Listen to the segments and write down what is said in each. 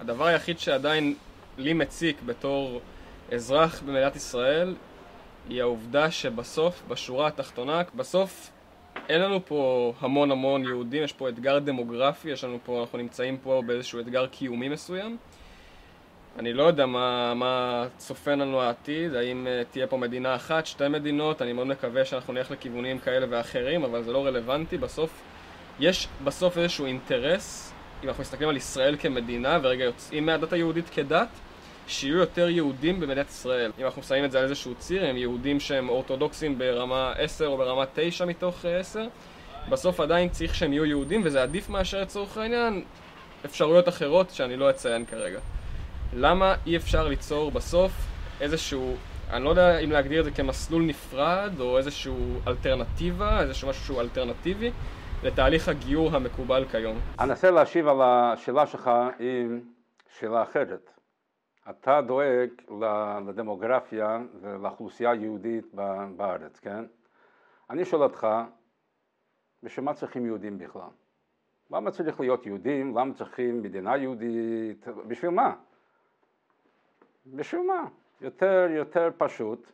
הדבר היחיד שעדיין לי מציק בתור אזרח במדינת ישראל היא העובדה שבסוף, בשורה התחתונה, בסוף אין לנו פה המון יהודים, יש פה אתגר דמוגרפי, אנחנו נמצאים פה באיזשהו אתגר קיומי מסוים. אני לא יודע מה צופן לנו העתיד, האם תהיה פה מדינה אחת, שתי מדינות, אני מאוד מקווה שאנחנו נלך לכיוונים כאלה ואחרים, אבל זה לא רלוונטי. יש בסוף איזשהו אינטרס, אם אנחנו מסתכלים על ישראל כמדינה, ורגע יוצאים מהדת היהודית כדת, שיהיו יותר יהודים במדינת ישראל. אם אנחנו שמים את זה על איזשהו ציר, הם יהודים שהם אורתודוקסים ברמה 10 או ברמה 9 מתוך 10, בסוף עדיין צריך שהם יהיו יהודים, וזה עדיף מאשר לצורך העניין אפשרויות אחרות שאני לא אציין כרגע. למה אי אפשר ליצור בסוף איזשהו, אני לא יודע אם להגדיר את זה כמסלול נפרד או איזשהו אלטרנטיבה, איזשהו משהו שהוא אלטרנטיבי לתהליך הגיור המקובל כיום? אני אנסה להשיב על השאלה שלך עם שאלה אחרת. אתה דואג לדמוגרפיה ולאוכלוסייה היהודית בארץ, כן? אני שואל אותך, בשביל מה צריכים יהודים בכלל? למה צריך להיות יהודים? למה צריכים מדינה יהודית? בשביל מה? בשביל מה? יותר פשוט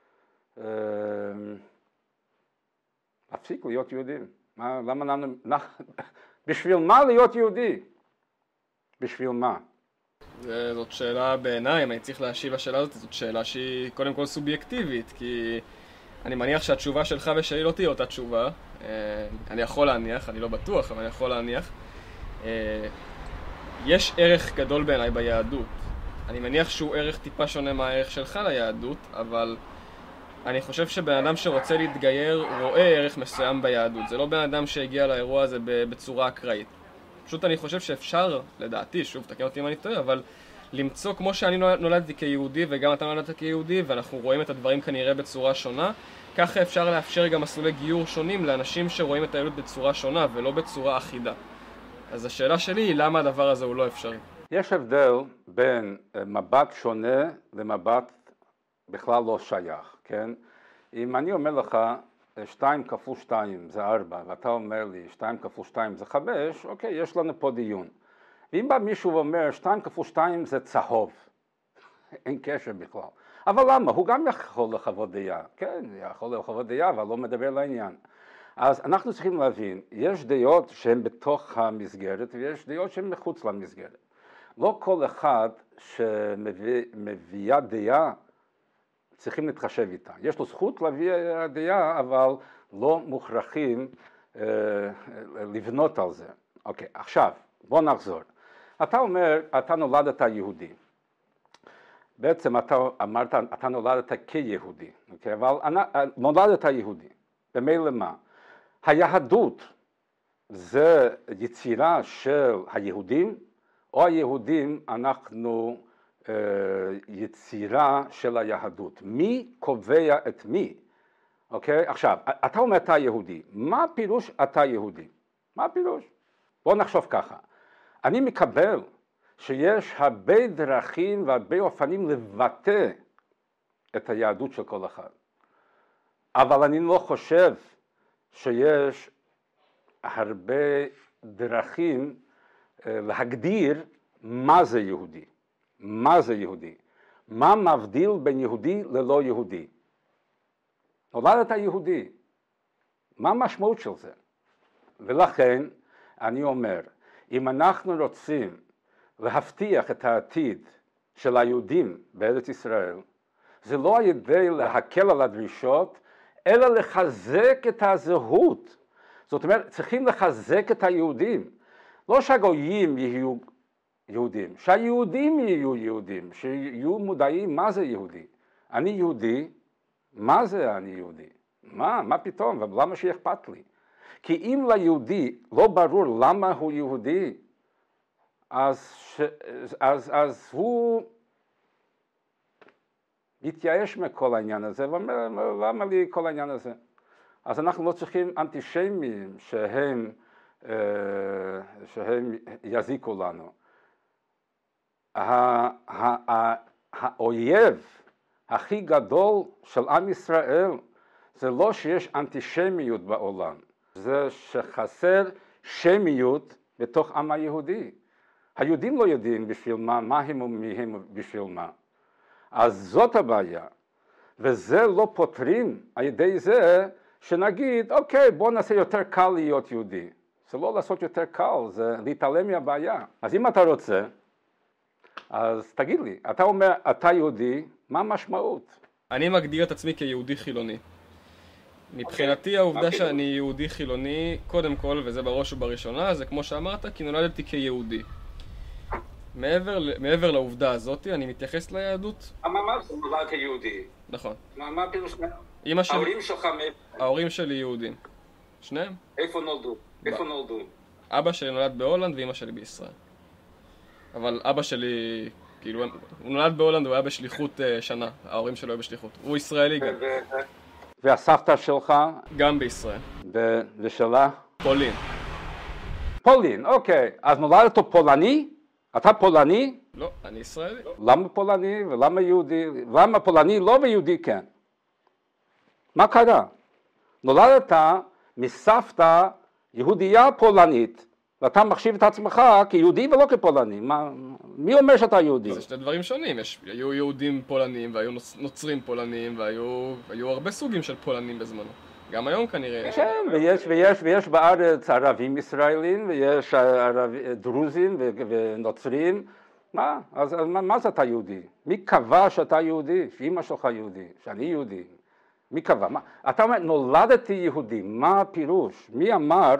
להפסיק להיות יהודים. בשביל מה להיות יהודי? בשביל מה? זאת שאלה בעיניי, אם אני צריך להשיב לשאלה הזאת, זאת שאלה שהיא קודם כל סובייקטיבית, כי אני מניח שהתשובה שלך ושלי לא תהיה אותה תשובה. אני יכול להניח, אני לא בטוח, אבל אני יכול להניח. יש ערך גדול בעיניי ביהדות. אני מניח שהוא ערך טיפה שונה מהערך שלך ליהדות, אבל אני חושב שבן אדם שרוצה להתגייר רואה ערך מסוים ביהדות. זה לא בן אדם שהגיע לאירוע הזה בצורה אקראית. פשוט אני חושב שאפשר, לדעתי, שוב, תקן אותי אם אני טועה, אבל למצוא, כמו שאני נולדתי כיהודי וגם אתה נולדת כיהודי, ואנחנו רואים את הדברים כנראה בצורה שונה, ככה אפשר לאפשר גם מסלולי גיור שונים לאנשים שרואים את היהדות בצורה שונה ולא בצורה אחידה. אז השאלה שלי היא למה הדבר הזה הוא לא אפשרי. יש הבדל בין מבט שונה למבט בכלל לא שייך, כן? אם אני אומר לך 2 כפול 2 זה 4 ואתה אומר לי 2 כפול 2 זה 5, אוקיי, יש לנו פה דיון. ואם בא מישהו ואומר 2 כפול 2 זה צהוב, אין קשר בכלל. אבל למה? הוא גם יכול לחוות דעה, כן, יכול לחוות דעה אבל לא מדבר לעניין. אז אנחנו צריכים להבין, יש דעות שהן בתוך המסגרת ויש דעות שהן מחוץ למסגרת. לא כל אחד שמביאה דעה צריכים להתחשב איתה. יש לו זכות להביא דעה, אבל לא מוכרחים לבנות על זה. אוקיי, עכשיו, בוא נחזור. אתה אומר, אתה נולדת יהודי. בעצם אתה אמרת, אתה נולדת כיהודי. אוקיי, אבל נולדת יהודי. במילא מה? היהדות זה יצירה של היהודים, או היהודים אנחנו יצירה של היהדות. מי קובע את מי? אוקיי? עכשיו, אתה אומר אתה יהודי. מה הפירוש אתה יהודי? מה הפירוש? בוא נחשוב ככה. אני מקבל שיש הרבה דרכים והרבה אופנים לבטא את היהדות של כל אחד. אבל אני לא חושב שיש הרבה דרכים להגדיר מה זה יהודי. מה זה יהודי? מה מבדיל בין יהודי ללא יהודי? נולדת יהודי. מה המשמעות של זה? ולכן אני אומר, אם אנחנו רוצים להבטיח את העתיד של היהודים בארץ ישראל, זה לא על ידי להקל על הדרישות, אלא לחזק את הזהות. זאת אומרת, צריכים לחזק את היהודים. לא שהגויים יהיו יהודים, שהיהודים יהיו יהודים, שיהיו מודעים מה זה יהודי. אני יהודי, מה זה אני יהודי? מה פתאום? ולמה שאכפת לי? כי אם ליהודי לא ברור למה הוא יהודי, אז הוא יתייאש מכל העניין הזה, ואומר, למה לי כל העניין הזה? אז אנחנו לא צריכים אנטישמים שהם יזיקו לנו. האויב הכי גדול של עם ישראל זה לא שיש אנטישמיות בעולם, זה שחסר שמיות בתוך עם היהודי. היהודים לא יודעים בשביל מה הם ומי הם בשביל מה. אז זאת הבעיה. וזה לא פותרים על ידי זה שנגיד, אוקיי, בוא נעשה יותר קל להיות יהודי. זה לא לעשות יותר קל, זה להתעלם מהבעיה. אז אם אתה רוצה, אז תגיד לי, אתה אומר, אתה יהודי, מה המשמעות? אני מגדיר את עצמי כיהודי חילוני. מבחינתי העובדה שאני יהודי חילוני, קודם כל, וזה בראש ובראשונה, זה כמו שאמרת, כי נולדתי כיהודי. מעבר לעובדה הזאת, אני מתייחס ליהדות. מה זה נולד כיהודי? נכון. מה פירוש? ההורים שלך ההורים שלי יהודים. שניהם? איפה נולדו? איפה נולדו? אבא שלי נולד בהולנד ואמא שלי בישראל. אבל אבא שלי, כאילו, הוא נולד בהולנד, הוא היה בשליחות שנה. ההורים שלו היו בשליחות. הוא ישראלי גם. והסבתא שלך? גם בישראל. ושלה? פולין. פולין, אוקיי. אז נולדת פולני? אתה פולני? לא, אני ישראלי. למה פולני ולמה יהודי? למה פולני לא ויהודי כן? מה קרה? נולדת מסבתא יהודייה פולנית, ואתה מחשיב את עצמך כיהודי ולא כפולני. מי אומר שאתה יהודי? זה שני דברים שונים. היו יהודים פולנים והיו נוצרים פולנים והיו הרבה סוגים של פולנים בזמנו. גם היום כנראה. כן, ויש בארץ ערבים ישראלים, ויש דרוזים ונוצרים. אז מה זה אתה יהודי? מי קבע שאתה יהודי? שאמא שלך יהודי? שאני יהודי? מי קבע? אתה אומר, נולדתי יהודי, מה הפירוש? מי אמר?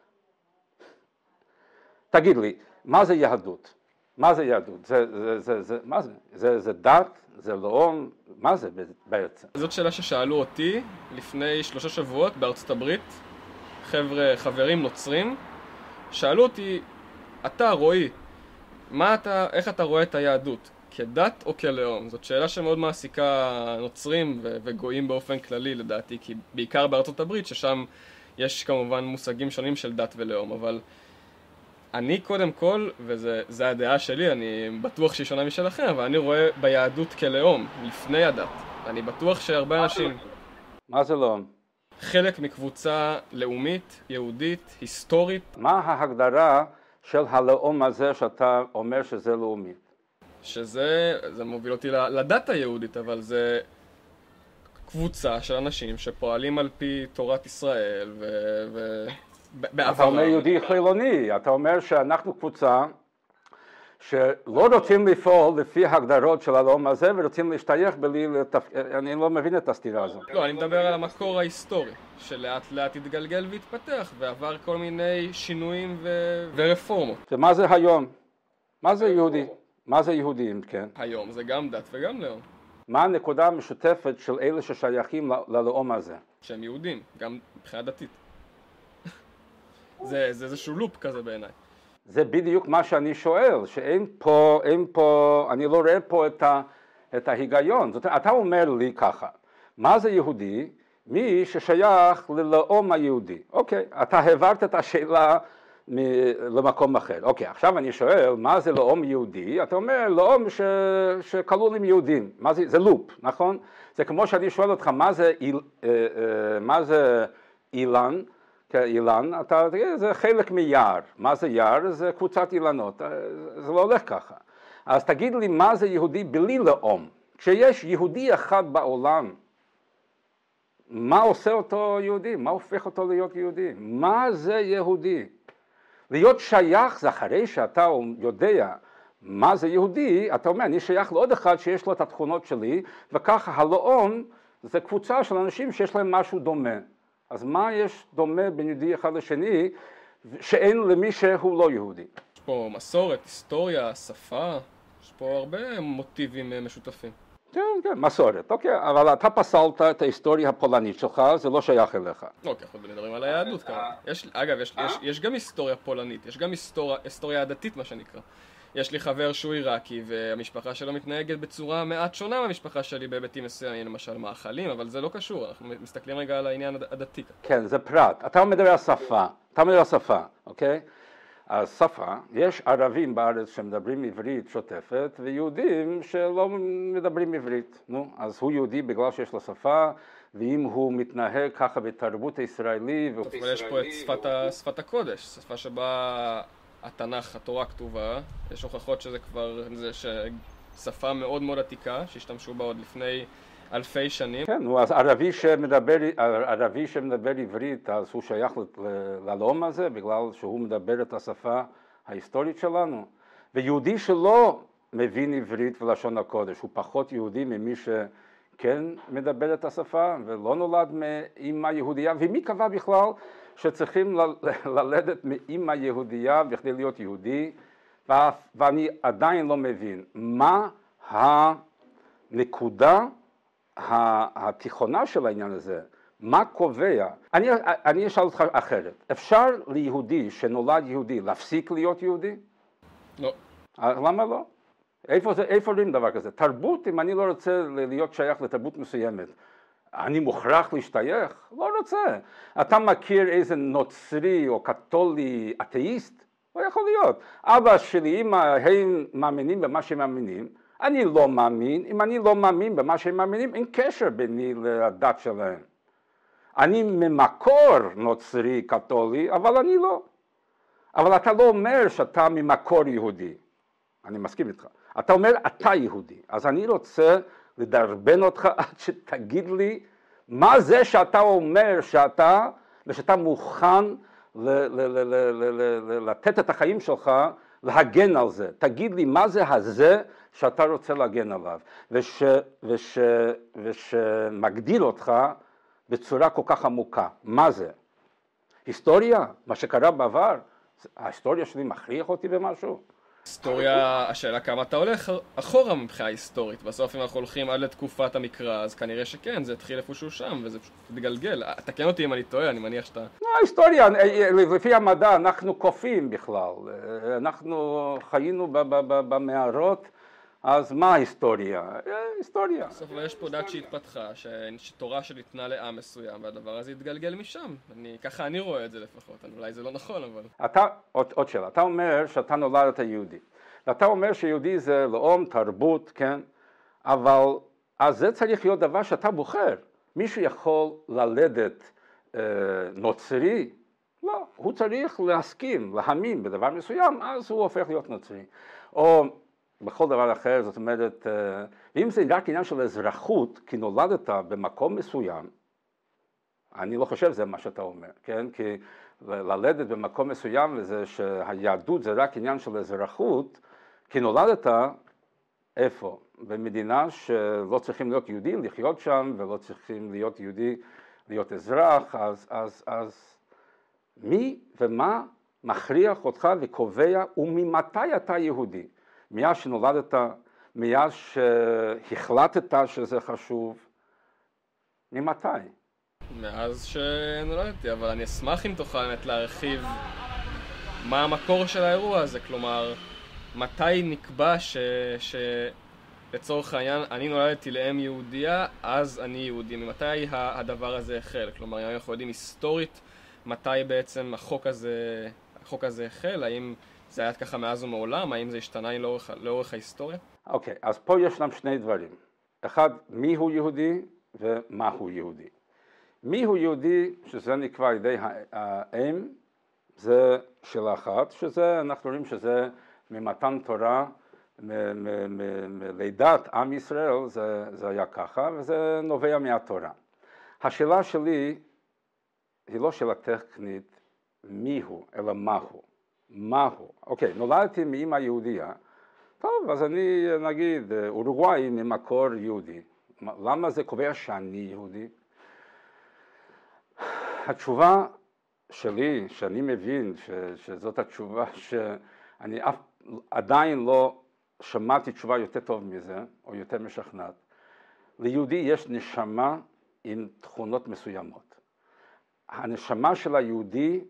תגיד לי, מה זה יהדות? מה זה יהדות? מה זה? זה דת? זה לאום? מה זה בעצם? זאת שאלה ששאלו אותי לפני 3 שבועות בארצות הברית. חברים נוצרים, שאלו אותי, אתה רועי, איך אתה רואה את היהדות? כדת או כלאום? זאת שאלה שמאוד מעסיקה נוצרים וגויים באופן כללי לדעתי, כי בעיקר בארצות הברית, ששם יש כמובן מושגים שונים של דת ולאום, אבל אני קודם כל, וזה הדעה שלי, אני בטוח שהיא שונה משלכם, אבל אני רואה ביהדות כלאום, לפני הדת. אני בטוח שהרבה אנשים... מה זה לאום? חלק מקבוצה לאומית, יהודית, היסטורית. מה ההגדרה של הלאום הזה שאתה אומר שזה לאומי? זה מוביל אותי לדת היהודית, אבל זה קבוצה של אנשים שפועלים על פי תורת ישראל אתה אומר יהודי חילוני, אתה אומר שאנחנו קבוצה שלא רוצים לפעול לפי ההגדרות של הלאום הזה ורוצים להשתייך בלי אני לא מבין את הסתירה הזאת. לא, אני מדבר על המקור ההיסטורי, שלאט לאט התגלגל והתפתח ועבר כל מיני שינויים ורפורמות. ומה זה היום? מה זה יהודי? מה זה יהודים, כן? היום זה גם דת וגם לאום. מה הנקודה המשותפת של אלה ששייכים ללאום הזה? שהם יהודים, גם מבחינה דתית. זה איזשהו לופ כזה בעיניי. זה בדיוק מה שאני שואל, שאין פה, אני לא רואה פה את ההיגיון. זאת אומרת, אתה אומר לי ככה, מה זה יהודי? מי ששייך ללאום היהודי. אוקיי, אתה העברת את השאלה למקום אחר. אוקיי, עכשיו אני שואל, מה זה לאום יהודי? אתה אומר, לאום שכלול עם יהודים. זה לופ, נכון? זה כמו שאני שואל אותך, מה זה אילן? אילן, אתה תגיד, זה חלק מיער. מה זה יער? זה קבוצת אילנות. זה לא הולך ככה. אז תגיד לי, מה זה יהודי בלי לאום? כשיש יהודי אחד בעולם, מה עושה אותו יהודי? מה הופך אותו להיות יהודי? מה זה יהודי? להיות שייך זה אחרי שאתה יודע מה זה יהודי, אתה אומר, אני שייך לעוד אחד שיש לו את התכונות שלי, וככה הלאום זה קבוצה של אנשים שיש להם משהו דומה. אז מה יש דומה בין יהודי אחד לשני, שאין למי שהוא לא יהודי? יש פה מסורת, היסטוריה, שפה, יש פה הרבה מוטיבים משותפים. כן, מסורת, אוקיי, אבל אתה פסלת את ההיסטוריה הפולנית שלך, זה לא שייך אליך. אוקיי, אנחנו מדברים על היהדות כאן. אגב, יש גם היסטוריה פולנית, יש גם היסטוריה הדתית, מה שנקרא. יש לי חבר שהוא עיראקי, והמשפחה שלו מתנהגת בצורה מעט שונה מהמשפחה שלי בהיבטים מסוימים, למשל מאכלים, אבל זה לא קשור, אנחנו מסתכלים רגע על העניין הדתי. כן, זה פרט. אתה מדבר על שפה, אוקיי? אז שפה, יש ערבים בארץ שמדברים עברית שוטפת, ויהודים שלא מדברים עברית. נו, אז הוא יהודי בגלל שיש לו שפה, ואם הוא מתנהג ככה בתרבות הישראלי... אבל יש פה את שפת הקודש, שפה שבה התנ"ך, התורה כתובה, יש הוכחות שזה כבר, זה שפה מאוד מאוד עתיקה, שהשתמשו בה עוד לפני אלפי שנים. כן, אז ערבי שמדבר עברית, אז הוא שייך ללאום הזה, בגלל שהוא מדבר את השפה ההיסטורית שלנו. ויהודי שלא מבין עברית ולשון הקודש, הוא פחות יהודי ממי שכן מדבר את השפה ולא נולד מאמא יהודייה. ומי קבע בכלל שצריכים ללדת מאמא יהודייה בכדי להיות יהודי? ואני עדיין לא מבין מה הנקודה התיכונה של העניין הזה, מה קובע? אני אשאל אותך אחרת, אפשר ליהודי שנולד יהודי להפסיק להיות יהודי? לא. למה לא? איפה רואים דבר כזה? תרבות, אם אני לא רוצה להיות שייך לתרבות מסוימת, אני מוכרח להשתייך? לא רוצה. אתה מכיר איזה נוצרי או קתולי אתאיסט? לא יכול להיות. אבא שלי, אמא, הם מאמינים במה שהם מאמינים, אני לא מאמין. אם אני לא מאמין במה שהם מאמינים, אין קשר ביני לדת שלהם. אני ממקור נוצרי קתולי, אבל אני לא. אבל אתה לא אומר שאתה ממקור יהודי. אני מסכים איתך. אתה אומר אתה יהודי. אז אני רוצה לדרבן אותך עד שתגיד לי מה זה שאתה אומר שאתה, ושאתה מוכן לתת את החיים שלך, להגן על זה. תגיד לי מה זה הזה שאתה רוצה להגן עליו, ושמגדיל אותך בצורה כל כך עמוקה. מה זה? היסטוריה? מה שקרה בעבר? ההיסטוריה שלי מכריח אותי במשהו? היסטוריה, השאלה כמה אתה הולך אחורה מבחינה היסטורית. בסוף אם אנחנו הולכים עד לתקופת המקרא, אז כנראה שכן, זה התחיל איפשהו שם, וזה פשוט מתגלגל. תקן אותי אם אני טועה, אני מניח שאתה... לא, ההיסטוריה, לפי המדע, אנחנו קופים בכלל. אנחנו חיינו במערות, אז מה ההיסטוריה? היסטוריה. בסוף יש פה דת שהתפתחה, שתורה שניתנה לעם מסוים, והדבר הזה התגלגל משם. ככה אני רואה את זה לפחות, אולי זה לא נכון, אבל... עוד שאלה, אתה אומר שאתה נולדת יהודי. ואתה אומר שיהודי זה לאום, תרבות, כן? אבל אז זה צריך להיות דבר שאתה בוחר. מישהו יכול ללדת נוצרי? לא, הוא צריך להסכים, להאמין בדבר מסוים, אז הוא הופך להיות נוצרי. או בכל דבר אחר, זאת אומרת, ואם זה רק עניין של אזרחות, כי נולדת במקום מסוים, אני לא חושב שזה מה שאתה אומר, כן? כי ללדת במקום מסוים וזה שהיהדות זה רק עניין של אזרחות, כי נולדת איפה? במדינה שלא צריכים להיות יהודים, לחיות שם, ולא צריכים להיות יהודי, להיות אזרח, אז מי ומה מכריח אותך וקובע וממתי אתה יהודי? מאז שנולדת, מאז שהחלטת שזה חשוב, ממתי? מאז שנולדתי, אבל אני אשמח אם תוכל באמת להרחיב מה המקור של האירוע הזה, כלומר, מתי נקבע לצורך העניין, אני נולדתי לאם יהודייה, אז אני יהודי. ממתי הדבר הזה החל? כלומר, אם אנחנו יודעים היסטורית, מתי בעצם החוק הזה החל? האם זה היה ככה מאז ומעולם? האם זה השתנה לאורך ההיסטוריה? אוקיי, אז פה ישנם שני דברים. אחד, מי הוא יהודי ומה הוא יהודי. מי הוא יהודי, שזה נקבע על ידי האם, זה שאלה אחת, שזה, אנחנו רואים שזה ממתן תורה, מלידת עם ישראל, זה היה ככה, וזה נובע מהתורה. השאלה שלי היא לא שאלה טכנית מי הוא, אלא מה הוא. מה הוא? אוקיי, נולדתי מאמא יהודייה, טוב, אז אני נגיד אורוגוואי ממקור יהודי. למה זה קובע שאני יהודי? התשובה שלי, שאני מבין שזאת התשובה שאני עדיין לא שמעתי תשובה יותר טוב מזה, או יותר משכנעת. ליהודי יש נשמה עם תכונות מסוימות. הנשמה של היהודי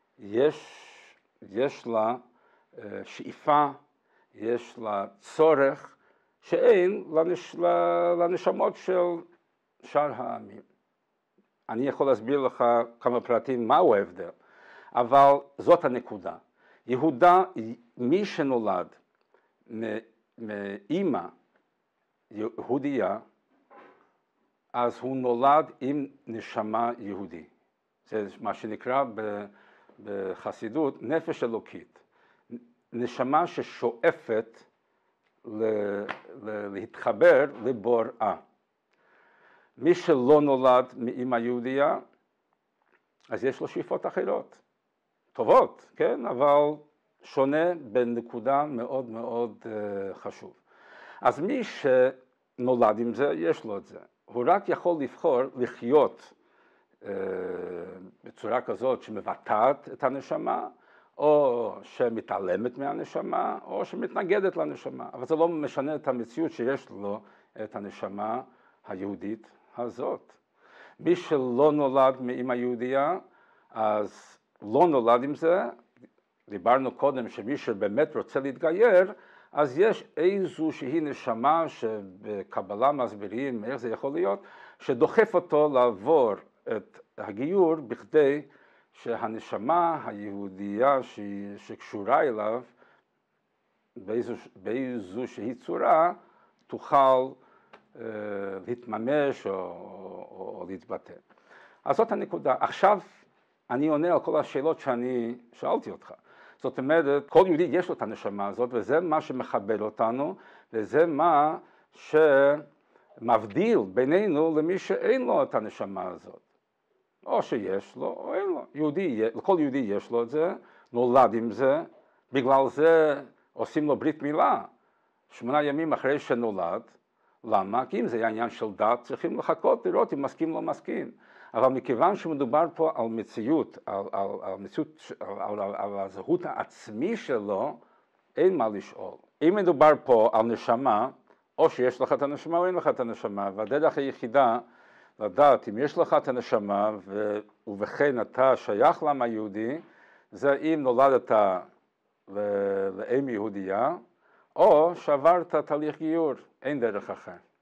יש לה שאיפה, יש לה צורך שאין לנשמות של שאר העמים. אני יכול להסביר לך כמה פרטים מהו ההבדל, אבל זאת הנקודה. יהודה, מי שנולד מאמא יהודייה, אז הוא נולד עם נשמה יהודי. זה מה שנקרא בחסידות נפש אלוקית. נשמה ששואפת להתחבר לבוראה. מי שלא נולד מאמא יהודייה, אז יש לו שאיפות אחרות, טובות, כן? אבל שונה בנקודה מאוד מאוד חשוב. אז מי שנולד עם זה, יש לו את זה. הוא רק יכול לבחור לחיות בצורה כזאת שמבטאת את הנשמה, או שמתעלמת מהנשמה, או שמתנגדת לנשמה. אבל זה לא משנה את המציאות שיש לו את הנשמה היהודית הזאת. מי שלא נולד מאמא יהודייה, אז לא נולד עם זה. דיברנו קודם שמי שבאמת רוצה להתגייר, אז יש איזושהי נשמה שבקבלה מסבירים איך זה יכול להיות, שדוחף אותו לעבור את הגיור בכדי שהנשמה היהודייה שקשורה אליו באיזושהי צורה תוכל להתממש או להתבטא. אז זאת הנקודה. עכשיו אני עונה על כל השאלות שאני שאלתי אותך. זאת אומרת, כל יהודי יש לו את הנשמה הזאת, וזה מה שמכבד אותנו, וזה מה שמבדיל בינינו למי שאין לו את הנשמה הזאת. או שיש לו, או אין לו. לכל יהודי יש לו את זה, נולד עם זה, בגלל זה עושים לו ברית מילה, 8 ימים אחרי שנולד. למה? כי אם זה היה עניין של דת, צריכים לחכות לראות אם מסכים לא מסכים. אבל מכיוון שמדובר פה על מציאות, על הזהות העצמי שלו, אין מה לשאול. אם מדובר פה על נשמה, או שיש לך את הנשמה או אין לך את הנשמה, והדרך היחידה לדעת אם יש לך את הנשמה ובכן אתה שייך לעם היהודי, זה אם נולדת לאם יהודייה, או שעברת תהליך גיור, אין דרך אחר.